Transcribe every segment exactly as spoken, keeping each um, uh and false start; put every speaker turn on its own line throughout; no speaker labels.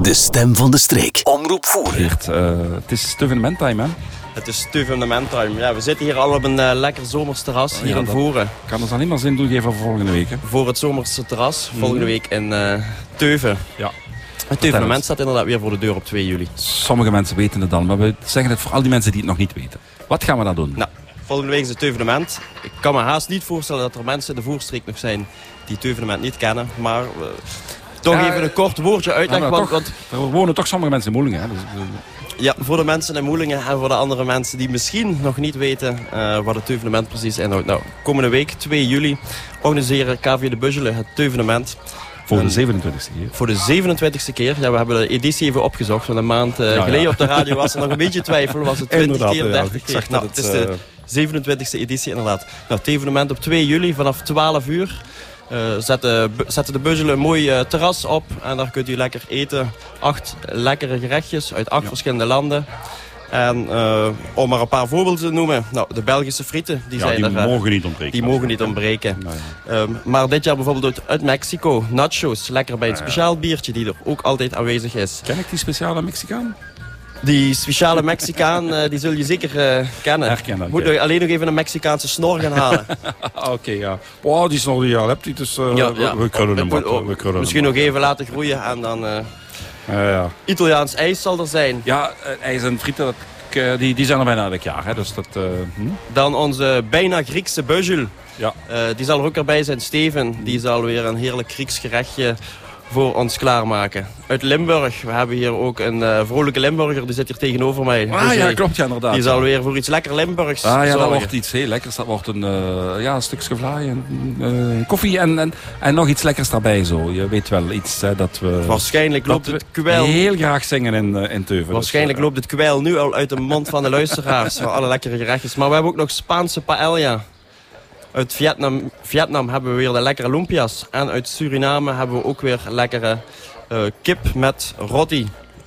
De stem van de streek. Omroep Voeren.
Geert, uh, het is evenementtime, hè?
Het is evenementtime. Ja, we zitten hier al op een uh, lekker zomers terras hier
ja,
in Voeren.
Kan ons alleen maar zin doen geven voor volgende week, hè?
Voor het zomerse terras, volgende week in uh, Teuven.
Ja.
Het evenement staat inderdaad weer voor de deur op twee juli.
Sommige mensen weten het dan, maar we zeggen het voor al die mensen die het nog niet weten. Wat gaan we dan doen?
Nou, volgende week is het evenement. Ik kan me haast niet voorstellen dat er mensen in de voorstreek nog zijn die het evenement niet kennen. Maar uh, toch ja, even een kort woordje uitleggen.
Ja,
want,
toch,
want,
er wonen toch sommige mensen in Moelingen, hè? Dus, uh,
ja, voor de mensen in Moelingen en voor de andere mensen die misschien nog niet weten uh, wat het evenement precies inhoudt. Nou, komende week, twee juli, organiseren K V de Buggelen het evenement.
Voor de zevenentwintigste keer.
Voor de zevenentwintigste keer. Ja, we hebben de editie even opgezocht. Want een maand uh, ja, geleden ja. op de radio was er nog een beetje twijfel. Was het twintig keer, dertig keer? Nou, het is de zevenentwintigste editie inderdaad. Nou, het evenement op twee juli vanaf twaalf uur. Uh, zetten, zetten de Buggelen een mooi uh, terras op. En daar kunt u lekker eten. Acht lekkere gerechtjes uit acht ja. verschillende landen. En uh, om maar een paar voorbeelden te noemen. Nou, de Belgische frieten, die,
ja,
zijn
die
er,
mogen niet ontbreken.
Die mogen niet ontbreken. Nee, nee. Um, maar dit jaar bijvoorbeeld uit, uit Mexico. Nachos, lekker bij een speciaal biertje die er ook altijd aanwezig is.
Ken ik die speciale Mexicaan?
Die speciale Mexicaan, uh, die zul je zeker uh, kennen.
Herkennen.
Moet okay. alleen nog even een Mexicaanse snor gaan halen.
Oké, okay, ja. Wow, die snor die je al hebt, die dus, uh, ja, ja. we krullen hem wat.
We krullen Misschien hem nog even laten groeien en dan... Uh,
uh, ja.
Italiaans ijs zal er zijn.
Ja, uh, ijs en frieten, dat, uh, die, die zijn er bijna elk jaar. Hè, dus dat, uh, hm?
Dan onze bijna Griekse Buggel.
Ja.
Uh, die zal er ook erbij zijn, Steven. Die zal weer een heerlijk Grieks gerechtje voor ons klaarmaken. Uit Limburg. We hebben hier ook een uh, vrolijke Limburger. Die zit hier tegenover mij.
Ah dus ja, klopt ja, inderdaad.
Die zal weer voor iets lekker Limburgs
Ah ja,
zorgen.
dat wordt iets heel lekkers. Dat wordt een, uh, ja, een stukje vlaai en uh, koffie en, en, en nog iets lekkers daarbij. Zo. Je weet wel, iets uh, dat we...
Waarschijnlijk loopt het kwijl...
heel graag zingen in, uh, in Teuven.
Waarschijnlijk dus, uh, loopt het kwijl nu al uit de mond van de luisteraars. Van alle lekkere gerechtjes. Maar we hebben ook nog Spaanse paella. Uit Vietnam, Vietnam hebben we weer de lekkere lumpia's. En uit Suriname hebben we ook weer lekkere uh, kip met roti.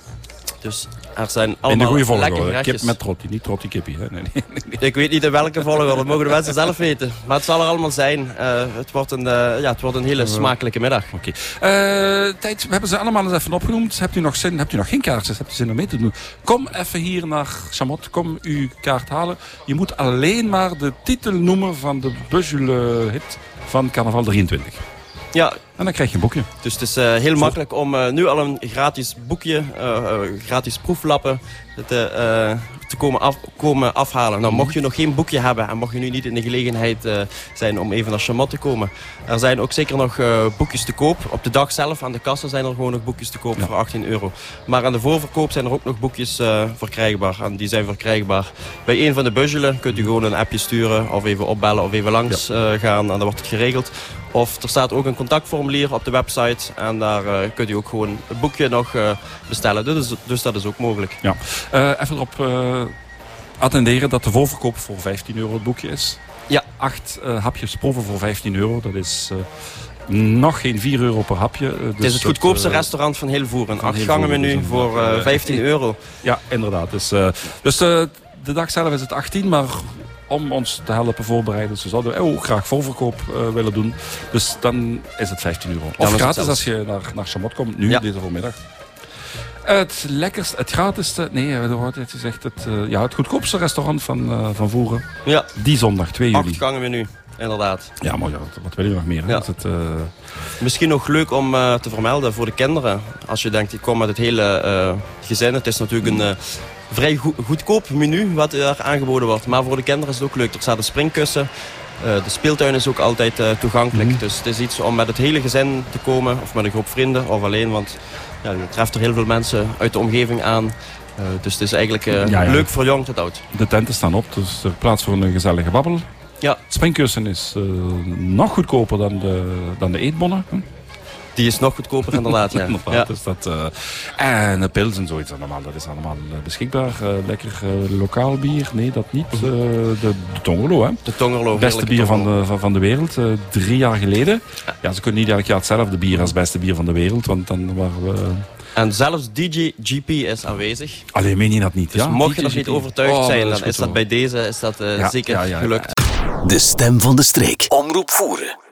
Dus er zijn allemaal lekkere gerechtjes.
Kip met roti, niet roti kippie. Hè? Nee, nee, nee.
Ik weet niet in welke volgorde, dat mogen de mensen zelf weten. Maar het zal er allemaal zijn. Uh, het, wordt een, uh, ja, het wordt een hele smakelijke middag.
Oké. Okay. Uh, tijd, we hebben ze allemaal eens even opgenoemd. Hebt u nog zin? Hebt u nog geen kaartjes? Hebt u zin om mee te doen? Kom even hier naar Chamot. Kom uw kaart halen. Je moet alleen maar de titel noemen van de Buggelen hit van Carnaval drieëntwintig.
Ja.
En dan krijg je een boekje.
Dus het is uh, heel Zo. makkelijk om uh, nu al een gratis boekje, uh, uh, gratis proeflappen te, uh, te komen, af, komen afhalen. Nou, mocht je nog geen boekje hebben en mocht je nu niet in de gelegenheid uh, zijn om even naar Chamot te komen. Er zijn ook zeker nog uh, boekjes te koop. Op de dag zelf aan de kassa zijn er gewoon nog boekjes te koop ja. voor achttien euro. Maar aan de voorverkoop zijn er ook nog boekjes uh, verkrijgbaar. En die zijn verkrijgbaar bij een van de Buggelen. Kunt u gewoon een appje sturen of even opbellen of even langs ja. uh, gaan en dan wordt het geregeld. Of er staat ook een contactformulier op de website. En daar uh, kunt u ook gewoon een boekje nog uh, bestellen. Dus, dus dat is ook mogelijk.
Ja. Uh, even erop uh, attenderen dat de voorverkoop voor vijftien euro het boekje is.
Ja.
Acht uh, hapjes proeven voor vijftien euro. Dat is uh, nog geen vier euro per hapje. Uh, dus
het is het goedkoopste uh, restaurant van heel Voeren. Acht gangen menu dus voor uh, vijftien euro.
Ja, inderdaad. Dus, uh, dus uh, de dag zelf is het achttien, maar... om ons te helpen voorbereiden. Ze zouden ook graag voorverkoop uh, willen doen. Dus dan is het vijftien euro. Of ja, gratis als je naar, naar Chamot komt, nu, ja. deze voormiddag. Het lekkerste, het gratisste, nee, er wordt het gezegd, het, uh, ja, het goedkoopste restaurant van, uh, van Voeren.
Ja.
Die zondag, twee juli.
Acht gangen menu, inderdaad.
Ja, maar ja, wat wil je nog meer?
Ja.
Het, uh...
Misschien nog leuk om uh, te vermelden voor de kinderen. Als je denkt, ik kom met het hele uh, gezin. Het is natuurlijk een... Uh, vrij go- goedkoop menu wat er aangeboden wordt. Maar voor de kinderen is het ook leuk. Er staat een springkussen. Uh, de speeltuin is ook altijd uh, toegankelijk. Mm. Dus het is iets om met het hele gezin te komen. Of met een groep vrienden of alleen. Want ja, je treft er heel veel mensen uit de omgeving aan. Uh, dus het is eigenlijk uh, ja, ja. leuk voor jong tot oud.
De tenten staan op. Dus er is plaats voor een gezellige babbel.
Ja.
Het springkussen is uh, nog goedkoper dan de, dan de eetbonnen. Hm?
Die is nog goedkoper inderdaad, ja.
inderdaad ja. Dus dat, uh, en de pils en zoiets allemaal, dat is allemaal uh, beschikbaar. Uh, lekker uh, lokaal bier, nee dat niet. Uh, de, de Tongerlo, hè.
De Tongerlo.
Beste bier van de, van, van de wereld, uh, drie jaar geleden. Ja, ze kunnen niet elk jaar hetzelfde bier als beste bier van de wereld, want dan waren we... Uh,
En zelfs D J G P is aanwezig.
Alleen meen je dat niet,
dus
ja?
mocht je nog niet overtuigd oh, zijn, dan is dat bij deze is dat, uh,
ja,
zeker
ja, ja, ja.
gelukt.
De stem van de streek. Omroep Voeren.